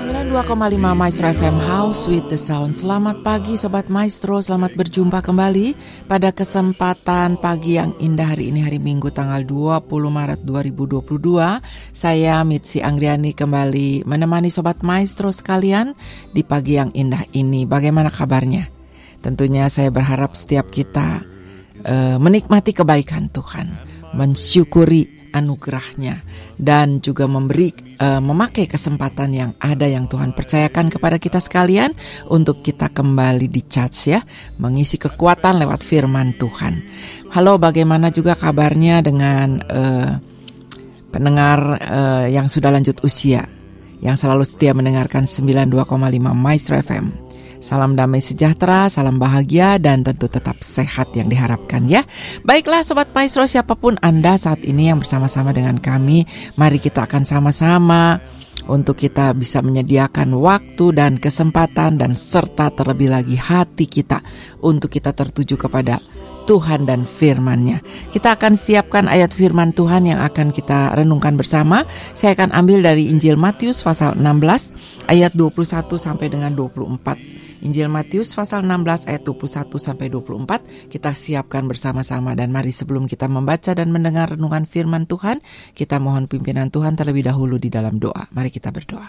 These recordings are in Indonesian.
92,5 Maestro FM House with the Sound. Selamat pagi Sobat Maestro, selamat berjumpa kembali pada kesempatan pagi yang indah hari ini, hari Minggu tanggal 20 Maret 2022. Saya Mitzi Anggriani kembali menemani Sobat Maestro sekalian di pagi yang indah ini. Bagaimana kabarnya? Tentunya saya berharap setiap kita menikmati kebaikan Tuhan, mensyukuri anugerahnya, dan juga memakai kesempatan yang ada yang Tuhan percayakan kepada kita sekalian untuk kita kembali di-charge ya, mengisi kekuatan lewat firman Tuhan. Halo, bagaimana juga kabarnya dengan pendengar yang sudah lanjut usia, yang selalu setia mendengarkan 92,5 Maestro FM. Salam damai sejahtera, salam bahagia, dan tentu tetap sehat yang diharapkan ya. Baiklah Sobat Maestro, siapapun Anda saat ini yang bersama-sama dengan kami, mari kita akan sama-sama untuk kita bisa menyediakan waktu dan kesempatan dan serta terlebih lagi hati kita untuk kita tertuju kepada Tuhan dan firman-Nya. Kita akan siapkan ayat firman Tuhan yang akan kita renungkan bersama. Saya akan ambil dari Injil Matius pasal 16 ayat 21 sampai dengan 24. Injil Matius pasal 16 ayat 21 sampai 24 kita siapkan bersama-sama, dan mari sebelum kita membaca dan mendengar renungan firman Tuhan, kita mohon pimpinan Tuhan terlebih dahulu di dalam doa. Mari kita berdoa.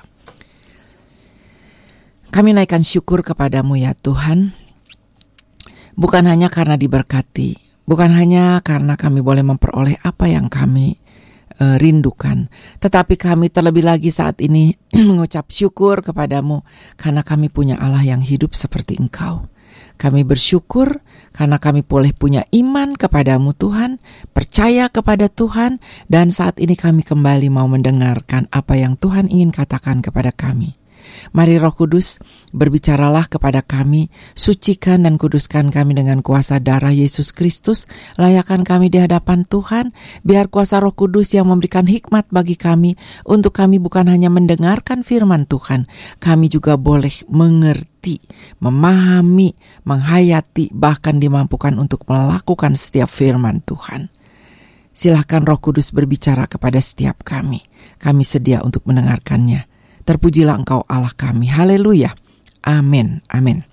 Kami naikkan syukur kepadamu ya Tuhan, bukan hanya karena diberkati, bukan hanya karena kami boleh memperoleh apa yang kami rindukan, tetapi kami terlebih lagi saat ini mengucap syukur kepadamu karena kami punya Allah yang hidup seperti Engkau. Kami bersyukur karena kami boleh punya iman kepadamu Tuhan, percaya kepada Tuhan, dan saat ini kami kembali mau mendengarkan apa yang Tuhan ingin katakan kepada kami. Mari Roh Kudus, berbicaralah kepada kami, sucikan dan kuduskan kami dengan kuasa darah Yesus Kristus, layakkan kami di hadapan Tuhan, biar kuasa Roh Kudus yang memberikan hikmat bagi kami, untuk kami bukan hanya mendengarkan firman Tuhan, kami juga boleh mengerti, memahami, menghayati, bahkan dimampukan untuk melakukan setiap firman Tuhan. Silahkan Roh Kudus berbicara kepada setiap kami sedia untuk mendengarkannya. Terpujilah Engkau Allah kami. Haleluya. Amin. Amin.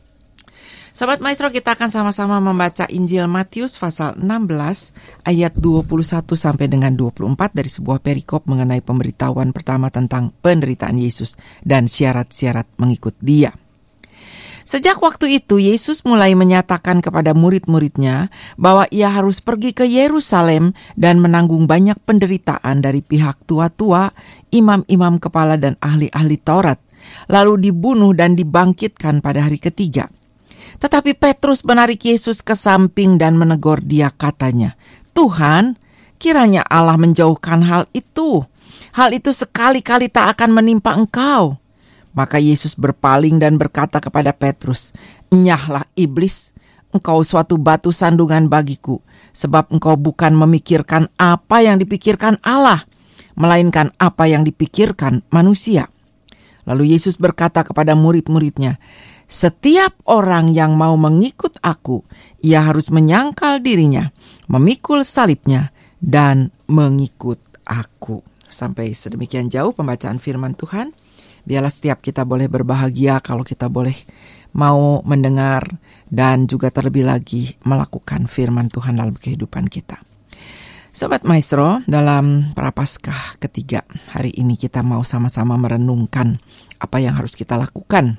Sobat Maestro, kita akan sama-sama membaca Injil Matius pasal 16 ayat 21 sampai dengan 24 dari sebuah perikop mengenai pemberitahuan pertama tentang penderitaan Yesus dan syarat-syarat mengikut Dia. Sejak waktu itu Yesus mulai menyatakan kepada murid-muridnya bahwa ia harus pergi ke Yerusalem dan menanggung banyak penderitaan dari pihak tua-tua, imam-imam kepala dan ahli-ahli Taurat, lalu dibunuh dan dibangkitkan pada hari ketiga. Tetapi Petrus menarik Yesus ke samping dan menegur dia, katanya, "Tuhan, kiranya Allah menjauhkan hal itu. Hal itu sekali-kali tak akan menimpa Engkau." Maka Yesus berpaling dan berkata kepada Petrus, "Enyahlah iblis, engkau suatu batu sandungan bagiku, sebab engkau bukan memikirkan apa yang dipikirkan Allah, melainkan apa yang dipikirkan manusia." Lalu Yesus berkata kepada murid-muridnya, "Setiap orang yang mau mengikut aku, ia harus menyangkal dirinya, memikul salibnya, dan mengikut aku." Sampai sedemikian jauh pembacaan firman Tuhan. Biarlah setiap kita boleh berbahagia kalau kita boleh mau mendengar dan juga terlebih lagi melakukan firman Tuhan dalam kehidupan kita. Sobat Maestro, dalam Prapaskah ketiga hari ini kita mau sama-sama merenungkan apa yang harus kita lakukan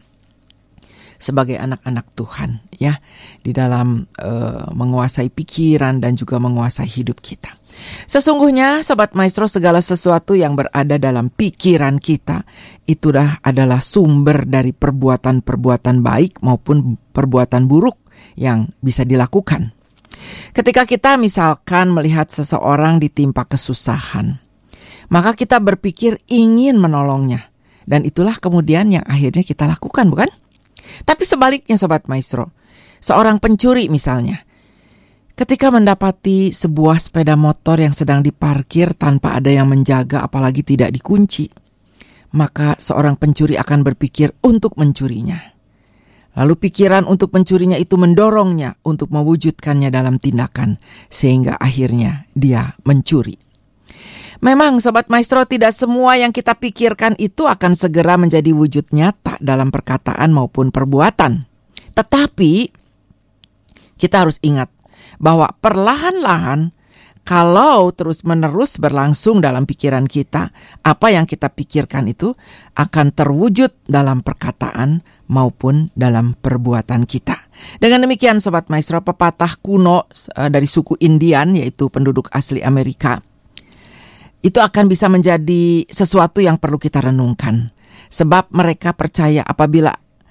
sebagai anak-anak Tuhan ya, di dalam menguasai pikiran dan juga menguasai hidup kita. Sesungguhnya Sobat Maestro, segala sesuatu yang berada dalam pikiran kita itu adalah sumber dari perbuatan-perbuatan baik maupun perbuatan buruk yang bisa dilakukan. Ketika kita misalkan melihat seseorang ditimpa kesusahan, maka kita berpikir ingin menolongnya, dan itulah kemudian yang akhirnya kita lakukan, bukan? Tapi sebaliknya Sobat Maestro, seorang pencuri misalnya, ketika mendapati sebuah sepeda motor yang sedang diparkir tanpa ada yang menjaga, apalagi tidak dikunci, maka seorang pencuri akan berpikir untuk mencurinya. Lalu pikiran untuk mencurinya itu mendorongnya untuk mewujudkannya dalam tindakan, sehingga akhirnya dia mencuri. Memang Sobat Maestro, tidak semua yang kita pikirkan itu akan segera menjadi wujud nyata dalam perkataan maupun perbuatan. Tetapi kita harus ingat bahwa perlahan-lahan, kalau terus-menerus berlangsung dalam pikiran kita, apa yang kita pikirkan itu akan terwujud dalam perkataan maupun dalam perbuatan kita. Dengan demikian Sobat Maestro, pepatah kuno dari suku Indian, yaitu penduduk asli Amerika, itu akan bisa menjadi sesuatu yang perlu kita renungkan. Sebab mereka percaya apabila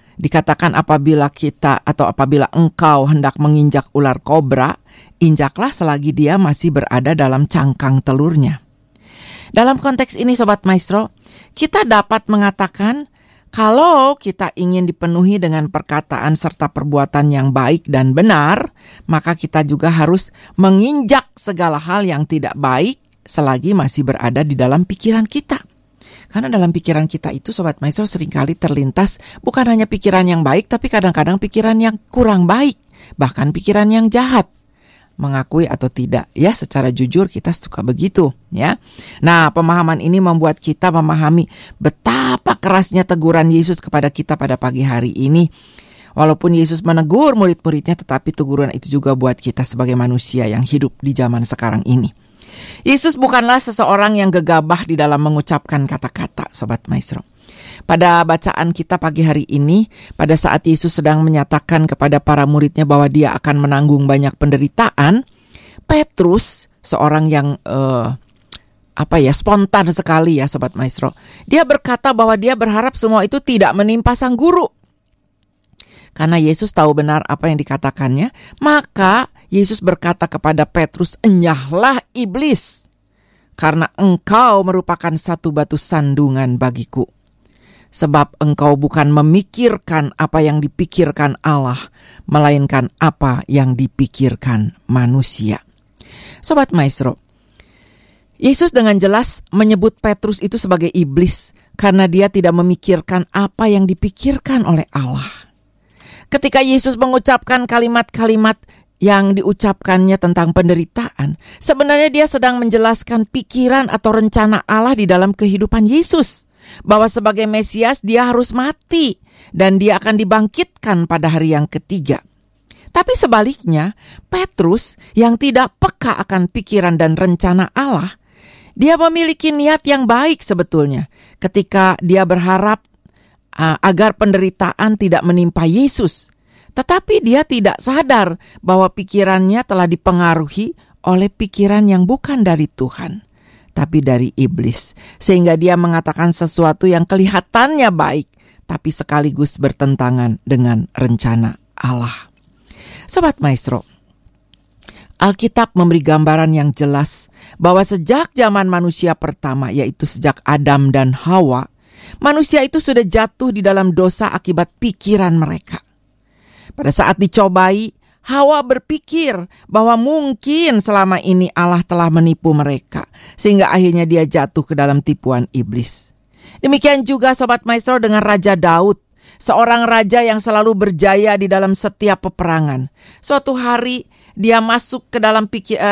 engkau hendak menginjak ular kobra, injaklah selagi dia masih berada dalam cangkang telurnya. Dalam konteks ini Sobat Maestro, kita dapat mengatakan kalau kita ingin dipenuhi dengan perkataan serta perbuatan yang baik dan benar, maka kita juga harus menginjak segala hal yang tidak baik selagi masih berada di dalam pikiran kita. Karena dalam pikiran kita itu Sobat Maestro seringkali terlintas bukan hanya pikiran yang baik, tapi kadang-kadang pikiran yang kurang baik, bahkan pikiran yang jahat. Mengakui atau tidak, ya secara jujur kita suka begitu, ya. Nah, pemahaman ini membuat kita memahami betapa kerasnya teguran Yesus kepada kita pada pagi hari ini. Walaupun Yesus menegur murid-muridnya, tetapi teguran itu juga buat kita sebagai manusia yang hidup di zaman sekarang ini. Yesus bukanlah seseorang yang gegabah di dalam mengucapkan kata-kata, Sobat Maestro. Pada bacaan kita pagi hari ini, pada saat Yesus sedang menyatakan kepada para muridnya bahwa dia akan menanggung banyak penderitaan, Petrus, seorang yang spontan sekali ya Sobat Maestro, dia berkata bahwa dia berharap semua itu tidak menimpa sang guru. Karena Yesus tahu benar apa yang dikatakannya, maka Yesus berkata kepada Petrus, "Enyahlah iblis, karena engkau merupakan satu batu sandungan bagiku. Sebab engkau bukan memikirkan apa yang dipikirkan Allah, melainkan apa yang dipikirkan manusia." Sobat Maestro, Yesus dengan jelas menyebut Petrus itu sebagai iblis karena dia tidak memikirkan apa yang dipikirkan oleh Allah. Ketika Yesus mengucapkan kalimat-kalimat yang diucapkannya tentang penderitaan, sebenarnya dia sedang menjelaskan pikiran atau rencana Allah di dalam kehidupan Yesus. Bahwa sebagai Mesias dia harus mati dan dia akan dibangkitkan pada hari yang ketiga. Tapi sebaliknya, Petrus yang tidak peka akan pikiran dan rencana Allah, dia memiliki niat yang baik sebetulnya ketika dia berharap agar penderitaan tidak menimpa Yesus. Tetapi dia tidak sadar bahwa pikirannya telah dipengaruhi oleh pikiran yang bukan dari Tuhan, tapi dari iblis. Sehingga dia mengatakan sesuatu yang kelihatannya baik, tapi sekaligus bertentangan dengan rencana Allah. Sobat Maestro, Alkitab memberi gambaran yang jelas bahwa sejak zaman manusia pertama, yaitu sejak Adam dan Hawa, manusia itu sudah jatuh di dalam dosa akibat pikiran mereka. Pada saat dicobai, Hawa berpikir bahwa mungkin selama ini Allah telah menipu mereka, sehingga akhirnya dia jatuh ke dalam tipuan iblis. Demikian juga Sobat Maestro dengan Raja Daud, seorang raja yang selalu berjaya di dalam setiap peperangan. Suatu hari dia masuk ke dalam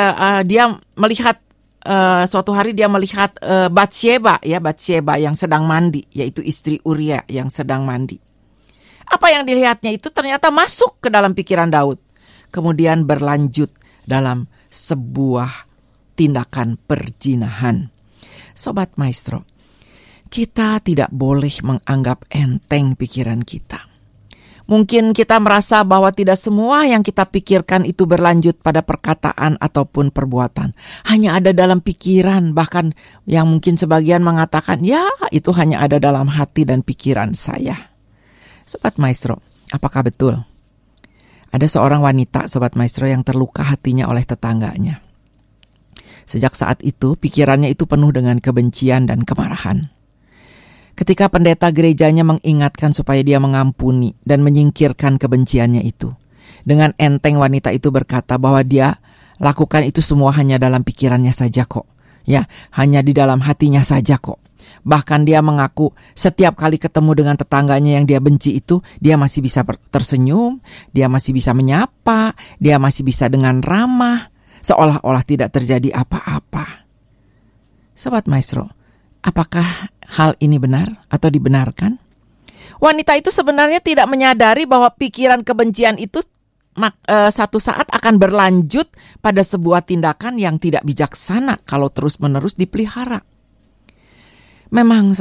suatu hari dia melihat Batsheba yang sedang mandi, yaitu istri Uria yang sedang mandi. Apa yang dilihatnya itu ternyata masuk ke dalam pikiran Daud. Kemudian berlanjut dalam sebuah tindakan perzinahan. Sobat Maestro, kita tidak boleh menganggap enteng pikiran kita. Mungkin kita merasa bahwa tidak semua yang kita pikirkan itu berlanjut pada perkataan ataupun perbuatan. Hanya ada dalam pikiran, bahkan yang mungkin sebagian mengatakan, ya itu hanya ada dalam hati dan pikiran saya. Sobat Maestro, apakah betul? Ada seorang wanita, Sobat Maestro, yang terluka hatinya oleh tetangganya. Sejak saat itu, pikirannya itu penuh dengan kebencian dan kemarahan. Ketika pendeta gerejanya mengingatkan supaya dia mengampuni dan menyingkirkan kebenciannya itu, dengan enteng wanita itu berkata bahwa dia lakukan itu semua hanya dalam pikirannya saja kok. Ya, hanya di dalam hatinya saja kok. Bahkan dia mengaku setiap kali ketemu dengan tetangganya yang dia benci itu, dia masih bisa tersenyum, dia masih bisa menyapa, dia masih bisa dengan ramah, seolah-olah tidak terjadi apa-apa. Sobat Maestro, apakah hal ini benar atau dibenarkan? Wanita itu sebenarnya tidak menyadari bahwa pikiran kebencian itu satu saat akan berlanjut pada sebuah tindakan yang tidak bijaksana kalau terus-menerus dipelihara. Memang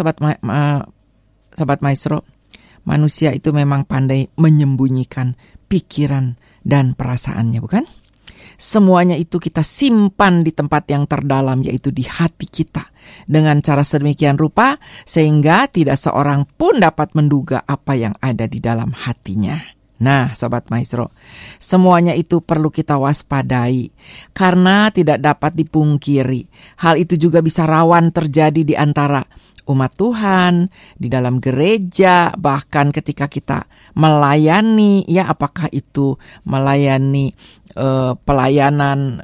Sobat Maestro, manusia itu memang pandai menyembunyikan pikiran dan perasaannya, bukan? Semuanya itu kita simpan di tempat yang terdalam, yaitu di hati kita, dengan cara sedemikian rupa sehingga tidak seorang pun dapat menduga apa yang ada di dalam hatinya. Nah, Sobat Maestro, semuanya itu perlu kita waspadai karena tidak dapat dipungkiri. Hal itu juga bisa rawan terjadi di antara umat Tuhan, di dalam gereja, bahkan ketika kita melayani, ya apakah itu melayani pelayanan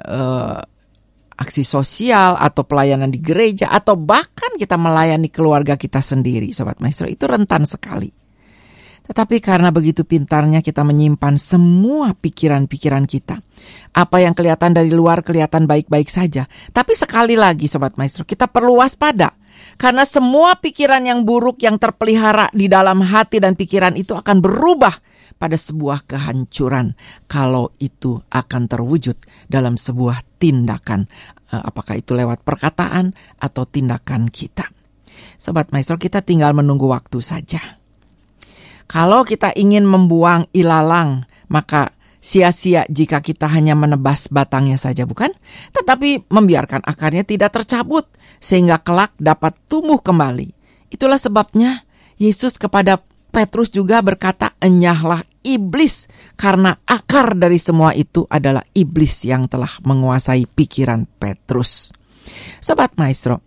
aksi sosial atau pelayanan di gereja, atau bahkan kita melayani keluarga kita sendiri, Sobat Maestro, itu rentan sekali. Tetapi karena begitu pintarnya kita menyimpan semua pikiran-pikiran kita. Apa yang kelihatan dari luar kelihatan baik-baik saja. Tapi sekali lagi Sobat Maestro, kita perlu waspada. Karena semua pikiran yang buruk yang terpelihara di dalam hati dan pikiran itu akan berubah pada sebuah kehancuran. Kalau itu akan terwujud dalam sebuah tindakan. Apakah itu lewat perkataan atau tindakan kita. Sobat Maestro, kita tinggal menunggu waktu saja. Kalau kita ingin membuang ilalang, maka sia-sia jika kita hanya menebas batangnya saja, bukan? Tetapi membiarkan akarnya tidak tercabut, sehingga kelak dapat tumbuh kembali. Itulah sebabnya Yesus kepada Petrus juga berkata, "Enyahlah iblis," karena akar dari semua itu adalah iblis yang telah menguasai pikiran Petrus. Sobat Maestro,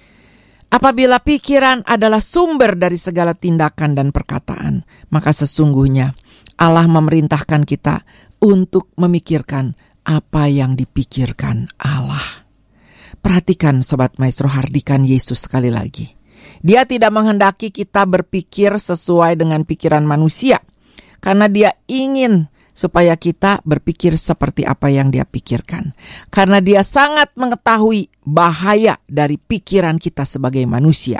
apabila pikiran adalah sumber dari segala tindakan dan perkataan, maka sesungguhnya Allah memerintahkan kita untuk memikirkan apa yang dipikirkan Allah. Perhatikan Sobat Maestro, hardikan Yesus sekali lagi. Dia tidak menghendaki kita berpikir sesuai dengan pikiran manusia, karena dia ingin supaya kita berpikir seperti apa yang dia pikirkan. Karena dia sangat mengetahui bahaya dari pikiran kita sebagai manusia.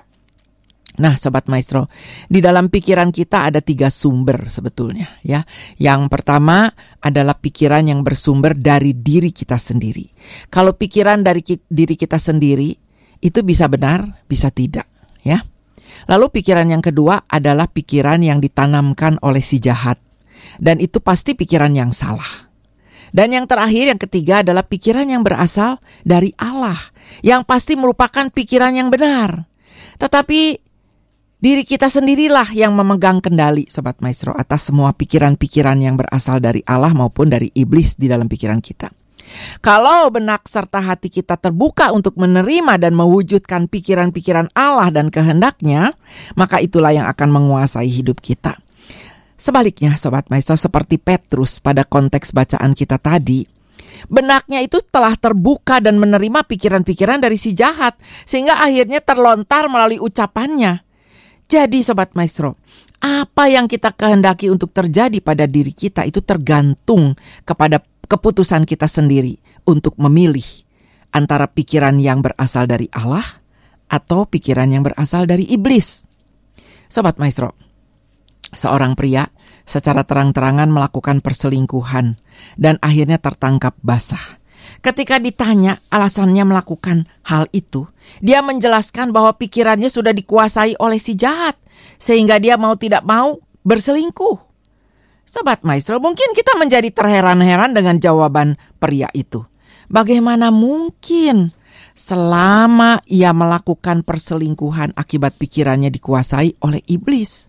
Nah, Sobat Maestro, di dalam pikiran kita ada 3 sumber sebetulnya, ya. Yang pertama adalah pikiran yang bersumber dari diri kita sendiri. Kalau pikiran dari diri kita sendiri itu bisa benar, bisa tidak, ya. Lalu pikiran yang kedua adalah pikiran yang ditanamkan oleh si jahat. Dan itu pasti pikiran yang salah. Dan yang terakhir, yang ketiga adalah pikiran yang berasal dari Allah, yang pasti merupakan pikiran yang benar. Tetapi diri kita sendirilah yang memegang kendali, Sobat Maestro, atas semua pikiran-pikiran yang berasal dari Allah maupun dari iblis di dalam pikiran kita. Kalau benak serta hati kita terbuka untuk menerima dan mewujudkan pikiran-pikiran Allah dan kehendaknya, maka itulah yang akan menguasai hidup kita. Sebaliknya, Sobat Maestro, seperti Petrus pada konteks bacaan kita tadi, benaknya itu telah terbuka dan menerima pikiran-pikiran dari si jahat, sehingga akhirnya terlontar melalui ucapannya. Jadi, Sobat Maestro, apa yang kita kehendaki untuk terjadi pada diri kita itu tergantung kepada keputusan kita sendiri untuk memilih antara pikiran yang berasal dari Allah atau pikiran yang berasal dari iblis. Sobat Maestro, seorang pria secara terang-terangan melakukan perselingkuhan dan akhirnya tertangkap basah. Ketika ditanya alasannya melakukan hal itu, dia menjelaskan bahwa pikirannya sudah dikuasai oleh si jahat, sehingga dia mau tidak mau berselingkuh. Sobat Maestro, mungkin kita menjadi terheran-heran dengan jawaban pria itu. Bagaimana mungkin selama ia melakukan perselingkuhan akibat pikirannya dikuasai oleh iblis?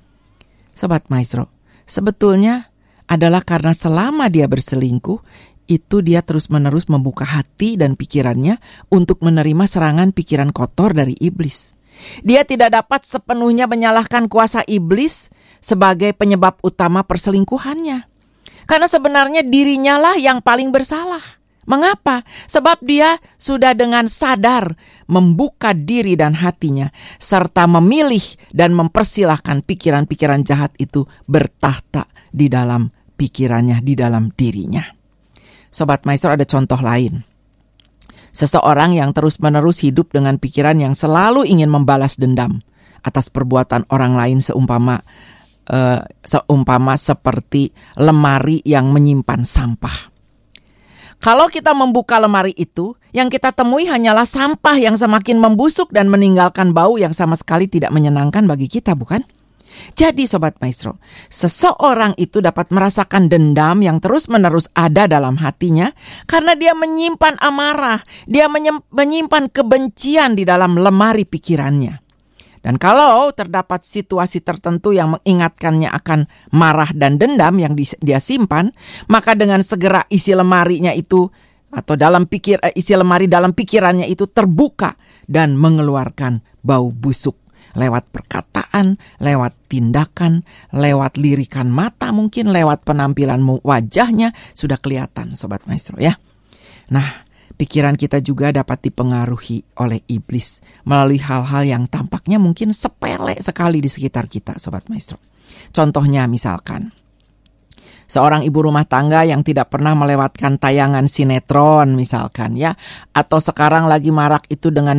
Sobat Maestro, sebetulnya adalah karena selama dia berselingkuh, itu dia terus-menerus membuka hati dan pikirannya untuk menerima serangan pikiran kotor dari iblis. Dia tidak dapat sepenuhnya menyalahkan kuasa iblis sebagai penyebab utama perselingkuhannya. Karena sebenarnya dirinya lah yang paling bersalah. Mengapa? Sebab dia sudah dengan sadar membuka diri dan hatinya, serta memilih dan mempersilahkan pikiran-pikiran jahat itu bertahta di dalam pikirannya, di dalam dirinya. Sobat Maestro, ada contoh lain. Seseorang yang terus-menerus hidup dengan pikiran yang selalu ingin membalas dendam atas perbuatan orang lain seumpama seperti lemari yang menyimpan sampah. Kalau kita membuka lemari itu, yang kita temui hanyalah sampah yang semakin membusuk dan meninggalkan bau yang sama sekali tidak menyenangkan bagi kita, bukan? Jadi Sobat Maestro, seseorang itu dapat merasakan dendam yang terus-menerus ada dalam hatinya karena dia menyimpan amarah, dia menyimpan kebencian di dalam lemari pikirannya. Dan kalau terdapat situasi tertentu yang mengingatkannya akan marah dan dendam yang dia simpan, maka dengan segera isi lemarinya itu atau isi lemari dalam pikirannya itu terbuka dan mengeluarkan bau busuk. Lewat perkataan, lewat tindakan, lewat lirikan mata mungkin, lewat penampilan wajahnya sudah kelihatan Sobat Maestro ya. Nah, pikiran kita juga dapat dipengaruhi oleh iblis melalui hal-hal yang tampaknya mungkin sepele sekali di sekitar kita Sobat Maestro. Contohnya misalkan, seorang ibu rumah tangga yang tidak pernah melewatkan tayangan sinetron misalkan ya. Atau sekarang lagi marak itu dengan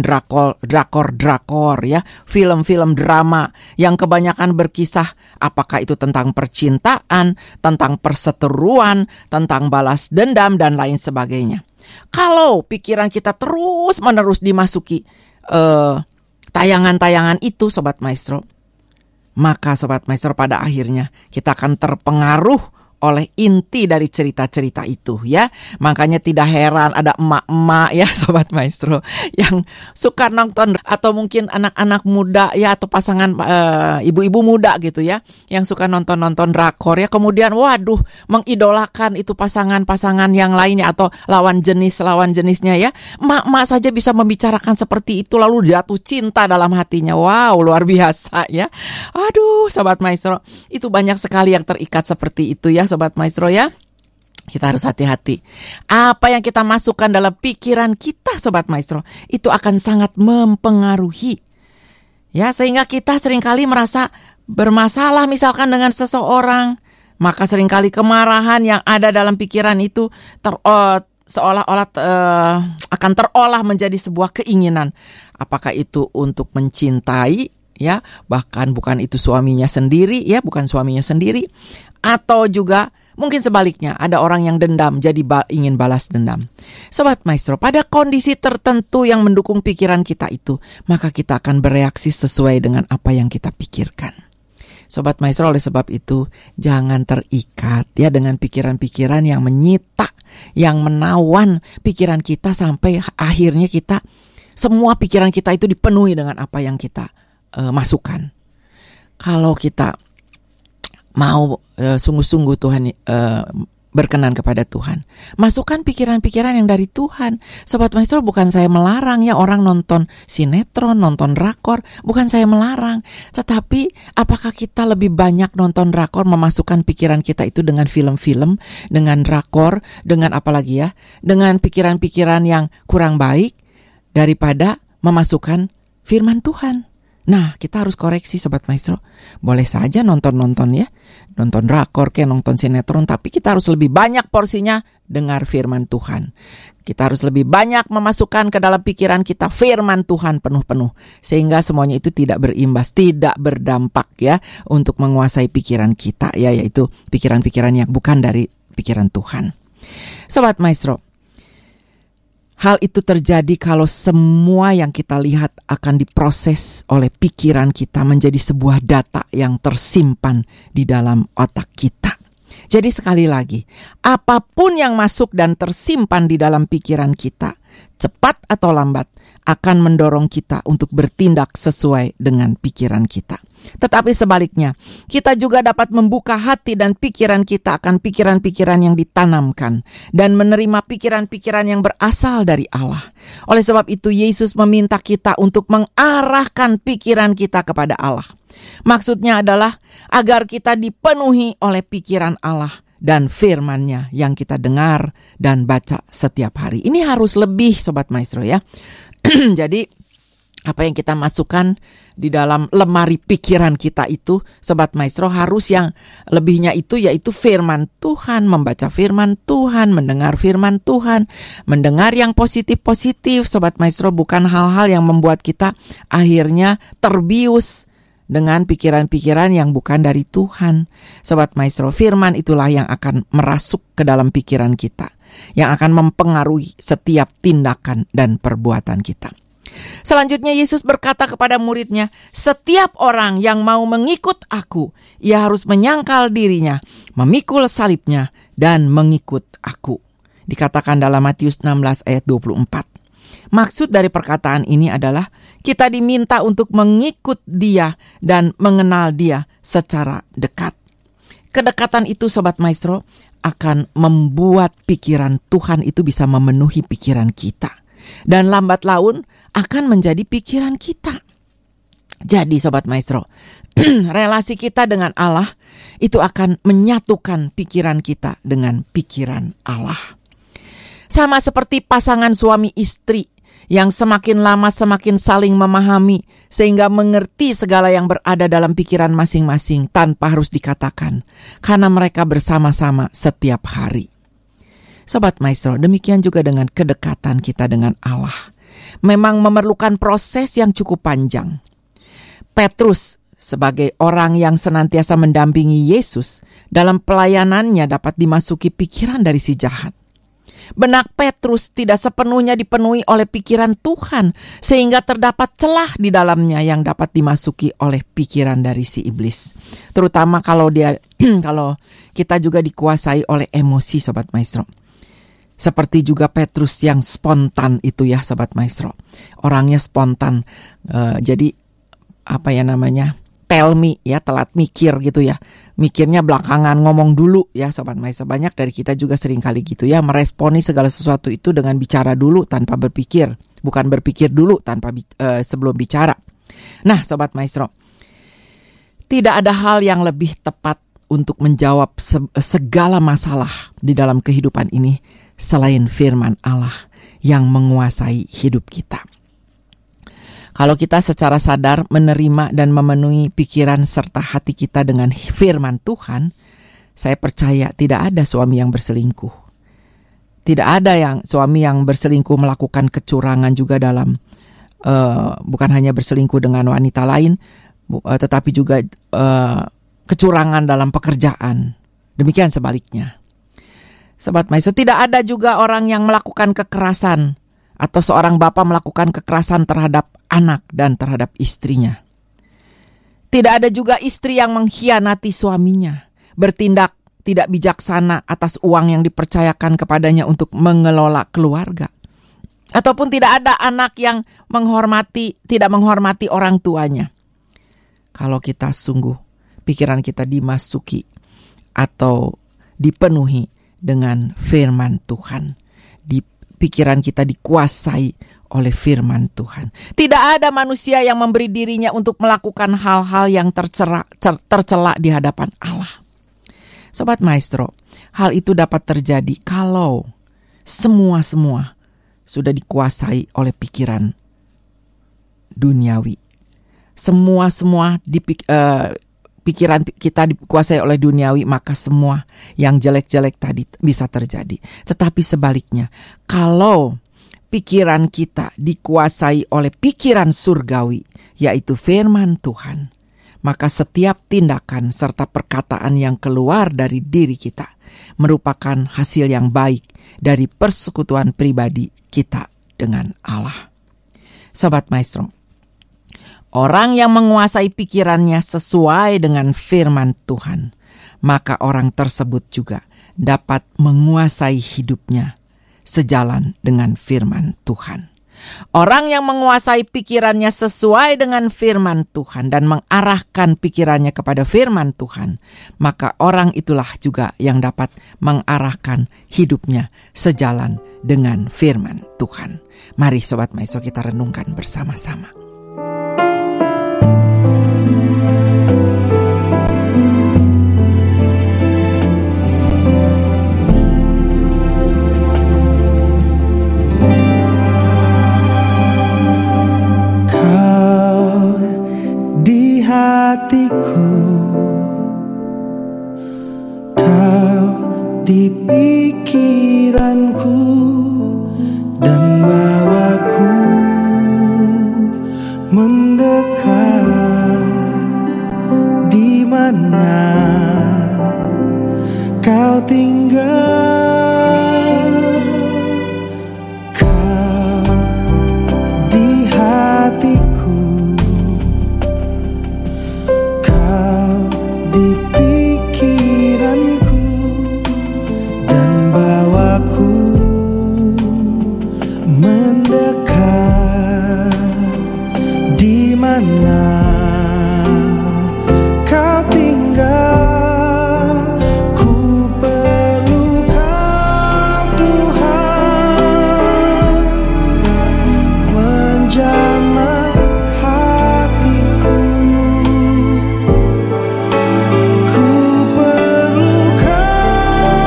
drakor ya. Film-film drama yang kebanyakan berkisah apakah itu tentang percintaan, tentang perseteruan, tentang balas dendam dan lain sebagainya. Kalau pikiran kita terus-menerus dimasuki tayangan-tayangan itu Sobat Maestro, maka Sobat Maestro pada akhirnya kita akan terpengaruh oleh inti dari cerita-cerita itu ya. Makanya tidak heran ada emak-emak ya Sobat Maestro yang suka nonton, atau mungkin anak-anak muda ya, atau pasangan ibu-ibu muda gitu ya, yang suka nonton-nonton drakor ya, kemudian waduh mengidolakan itu pasangan-pasangan yang lainnya atau lawan jenisnya ya. Emak-emak saja bisa membicarakan seperti itu lalu jatuh cinta dalam hatinya. Wow, luar biasa ya. Aduh Sobat Maestro, itu banyak sekali yang terikat seperti itu ya Sobat Maestro ya. Kita harus hati-hati. Apa yang kita masukkan dalam pikiran kita Sobat Maestro, itu akan sangat mempengaruhi. Ya, sehingga kita seringkali merasa bermasalah misalkan dengan seseorang, maka seringkali kemarahan yang ada dalam pikiran itu seolah-olah akan terolah menjadi sebuah keinginan. Apakah itu untuk mencintai ya, bahkan bukan itu suaminya sendiri ya, bukan suaminya sendiri, atau juga mungkin sebaliknya ada orang yang dendam jadi ingin balas dendam. Sobat Maestro, pada kondisi tertentu yang mendukung pikiran kita itu, maka kita akan bereaksi sesuai dengan apa yang kita pikirkan. Sobat Maestro, oleh sebab itu jangan terikat ya dengan pikiran-pikiran yang menyita, yang menawan pikiran kita sampai akhirnya semua pikiran kita itu dipenuhi dengan apa yang kita masukkan. Kalau kita mau sungguh-sungguh Tuhan berkenan kepada Tuhan, masukkan pikiran-pikiran yang dari Tuhan. Sobat Maestro, bukan saya melarang ya orang nonton sinetron, nonton drakor, bukan saya melarang. Tetapi apakah kita lebih banyak nonton drakor, memasukkan pikiran kita itu dengan film-film, dengan drakor, dengan apalagi ya, dengan pikiran-pikiran yang kurang baik daripada memasukkan firman Tuhan. Nah, kita harus koreksi Sobat Maestro. Boleh saja nonton-nonton ya, nonton drakor kayak nonton sinetron, tapi kita harus lebih banyak porsinya dengar firman Tuhan. Kita harus lebih banyak memasukkan ke dalam pikiran kita firman Tuhan penuh-penuh, sehingga semuanya itu tidak berimbas, tidak berdampak ya untuk menguasai pikiran kita ya, yaitu pikiran-pikiran yang bukan dari pikiran Tuhan. Sobat Maestro, hal itu terjadi kalau semua yang kita lihat akan diproses oleh pikiran kita menjadi sebuah data yang tersimpan di dalam otak kita. Jadi sekali lagi, apapun yang masuk dan tersimpan di dalam pikiran kita, cepat atau lambat akan mendorong kita untuk bertindak sesuai dengan pikiran kita. Tetapi sebaliknya, kita juga dapat membuka hati dan pikiran kita akan pikiran-pikiran yang ditanamkan dan menerima pikiran-pikiran yang berasal dari Allah. Oleh sebab itu, Yesus meminta kita untuk mengarahkan pikiran kita kepada Allah. Maksudnya adalah agar kita dipenuhi oleh pikiran Allah dan firman-Nya yang kita dengar dan baca setiap hari. Ini harus lebih Sobat Maestro ya. Jadi Apa yang kita masukkan di dalam lemari pikiran kita itu, Sobat Maestro, harus yang lebihnya itu yaitu firman Tuhan, membaca firman Tuhan, mendengar firman Tuhan, mendengar yang positif-positif, Sobat Maestro, bukan hal-hal yang membuat kita akhirnya terbius dengan pikiran-pikiran yang bukan dari Tuhan. Sobat Maestro, firman itulah yang akan merasuk ke dalam pikiran kita, yang akan mempengaruhi setiap tindakan dan perbuatan kita. Selanjutnya Yesus berkata kepada muridnya, setiap orang yang mau mengikut aku, ia harus menyangkal dirinya, memikul salibnya, dan mengikut aku. Dikatakan dalam Matius 16 ayat 24. Maksud dari perkataan ini adalah kita diminta untuk mengikut Dia dan mengenal Dia secara dekat. Kedekatan itu, Sobat Maestro, akan membuat pikiran Tuhan itu bisa memenuhi pikiran kita. Dan lambat laun akan menjadi pikiran kita. Jadi Sobat Maestro, relasi kita dengan Allah itu akan menyatukan pikiran kita dengan pikiran Allah. Sama seperti pasangan suami istri yang semakin lama semakin saling memahami sehingga mengerti segala yang berada dalam pikiran masing-masing tanpa harus dikatakan, karena mereka bersama-sama setiap hari. Sobat Maestro, demikian juga dengan kedekatan kita dengan Allah. Memang memerlukan proses yang cukup panjang. Petrus sebagai orang yang senantiasa mendampingi Yesus dalam pelayanannya dapat dimasuki pikiran dari si jahat. Benak Petrus tidak sepenuhnya dipenuhi oleh pikiran Tuhan sehingga terdapat celah di dalamnya yang dapat dimasuki oleh pikiran dari si iblis. Terutama kalau kita juga dikuasai oleh emosi, Sobat Maestro. Seperti juga Petrus yang spontan itu ya, Sobat Maestro. Orangnya spontan. Jadi tell me ya, telat mikir gitu ya. Mikirnya belakangan, ngomong dulu ya, Sobat Maestro. Banyak dari kita juga sering kali gitu ya, meresponi segala sesuatu itu dengan bicara dulu tanpa berpikir. Bukan berpikir dulu sebelum bicara. Nah, Sobat Maestro, tidak ada hal yang lebih tepat untuk menjawab segala masalah di dalam kehidupan ini selain firman Allah yang menguasai hidup kita. Kalau kita secara sadar menerima dan memenuhi pikiran serta hati kita dengan firman Tuhan, saya percaya tidak ada suami yang berselingkuh. Tidak ada suami yang berselingkuh melakukan kecurangan juga dalam, bukan hanya berselingkuh dengan wanita lain, tetapi juga kecurangan dalam pekerjaan. Demikian sebaliknya. Sobat Maestro, tidak ada juga orang yang melakukan kekerasan atau seorang bapak melakukan kekerasan terhadap anak dan terhadap istrinya. Tidak ada juga istri yang mengkhianati suaminya, bertindak tidak bijaksana atas uang yang dipercayakan kepadanya untuk mengelola keluarga. Ataupun tidak ada anak yang tidak menghormati orang tuanya. Kalau kita sungguh pikiran kita dimasuki atau dipenuhi dengan firman Tuhan, pikiran kita dikuasai oleh firman Tuhan. Tidak ada manusia yang memberi dirinya untuk melakukan hal-hal yang tercela di hadapan Allah. Sobat Maestro, hal itu dapat terjadi kalau semua sudah dikuasai oleh pikiran duniawi. Semua pikiran kita dikuasai oleh duniawi, maka semua yang jelek-jelek tadi bisa terjadi. Tetapi sebaliknya, kalau pikiran kita dikuasai oleh pikiran surgawi, yaitu firman Tuhan, maka setiap tindakan serta perkataan yang keluar dari diri kita merupakan hasil yang baik dari persekutuan pribadi kita dengan Allah. Sobat Maestro, orang yang menguasai pikirannya sesuai dengan firman Tuhan, maka orang tersebut juga dapat menguasai hidupnya sejalan dengan firman Tuhan. Orang yang menguasai pikirannya sesuai dengan firman Tuhan dan mengarahkan pikirannya kepada firman Tuhan, maka orang itulah juga yang dapat mengarahkan hidupnya sejalan dengan firman Tuhan. Mari Sobat Maestro, kita renungkan bersama-sama. di pikiranku dan bawaku mendekat. Di mana kau tinggal, kau di hatiku, kau di pikiranku dan bawaku mendekat. Di mana kau tinggal, ku perlu kau Tuhan, menjamah hatiku. Ku perlu kau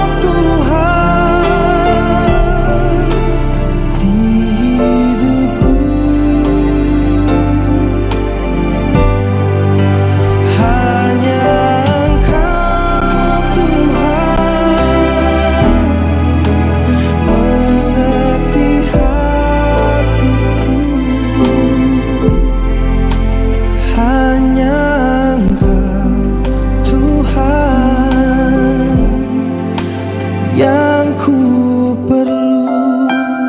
Tuhan di hidupku. Hanya Engkau Tuhan mengerti hatiku. Hanya Engkau Tuhan yang ku perlu.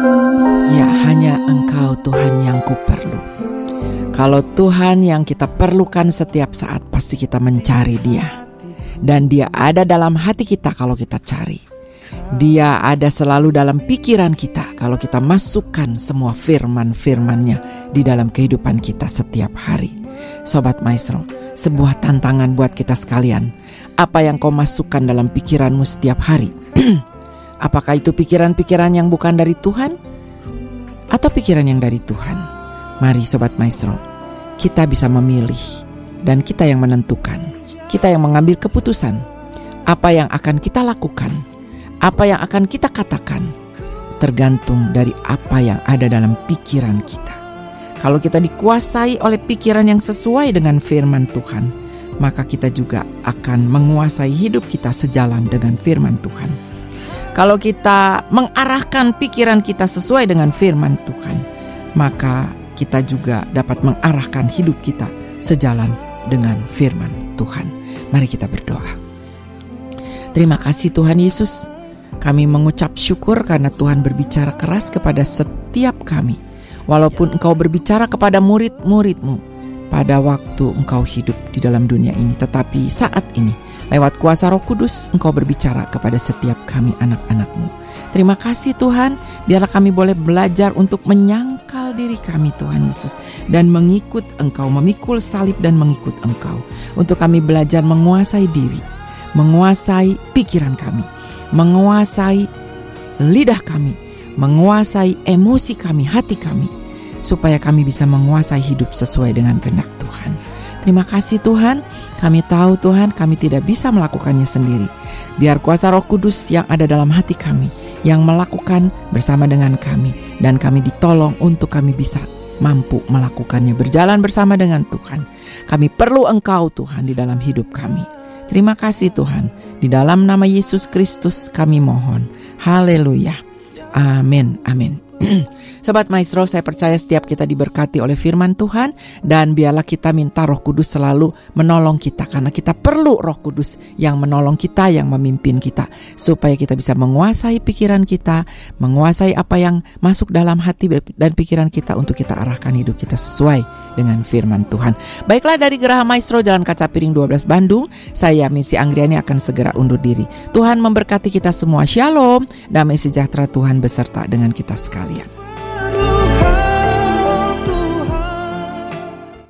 Ya, hanya Engkau Tuhan yang ku perlu. Kalau Tuhan yang kita perlukan setiap saat, pasti kita mencari Dia. Dan Dia ada dalam hati kita kalau kita cari. Dia ada selalu dalam pikiran kita kalau kita masukkan semua firman-firman-Nya di dalam kehidupan kita setiap hari. Sobat Maestro, sebuah tantangan buat kita sekalian. Apa yang kau masukkan dalam pikiranmu setiap hari? Apakah itu pikiran-pikiran yang bukan dari Tuhan? Atau pikiran yang dari Tuhan? Mari Sobat Maestro, kita bisa memilih dan kita yang menentukan. Kita yang mengambil keputusan. Apa yang akan kita lakukan, apa yang akan kita katakan, tergantung dari apa yang ada dalam pikiran kita. Kalau kita dikuasai oleh pikiran yang sesuai dengan firman Tuhan, maka kita juga akan menguasai hidup kita sejalan dengan firman Tuhan. Kalau kita mengarahkan pikiran kita sesuai dengan firman Tuhan, maka kita juga dapat mengarahkan hidup kita sejalan dengan firman Tuhan. Mari kita berdoa. Terima kasih Tuhan Yesus. Kami mengucap syukur karena Tuhan berbicara keras kepada setiap kami. Walaupun Engkau berbicara kepada murid-murid-Mu pada waktu Engkau hidup di dalam dunia ini, tetapi saat ini lewat kuasa Roh Kudus Engkau berbicara kepada setiap kami anak-anak-Mu. Terima kasih Tuhan, biarlah kami boleh belajar untuk menyangkal diri kami Tuhan Yesus dan mengikut Engkau, memikul salib dan mengikut Engkau. Untuk kami belajar menguasai diri, menguasai pikiran kami, menguasai lidah kami, menguasai emosi kami, hati kami, supaya kami bisa menguasai hidup sesuai dengan kehendak Tuhan. Terima kasih Tuhan, kami tahu Tuhan kami tidak bisa melakukannya sendiri. Biar kuasa Roh Kudus yang ada dalam hati kami yang melakukan bersama dengan kami, dan kami ditolong untuk kami bisa mampu melakukannya berjalan bersama dengan Tuhan. Kami perlu Engkau Tuhan di dalam hidup kami. Terima kasih Tuhan, di dalam nama Yesus Kristus kami mohon. Haleluya. Amin. Amin. Sobat Maestro, saya percaya setiap kita diberkati oleh firman Tuhan, dan biarlah kita minta Roh Kudus selalu menolong kita, karena kita perlu Roh Kudus yang menolong kita, yang memimpin kita, supaya kita bisa menguasai pikiran kita, menguasai apa yang masuk dalam hati dan pikiran kita untuk kita arahkan hidup kita sesuai dengan firman Tuhan. Baiklah, dari Geraha Maestro Jalan Kaca Piring 12 Bandung, saya Mitzi Anggriani akan segera undur diri. Tuhan memberkati kita semua. Shalom, damai sejahtera Tuhan beserta dengan kita sekalian.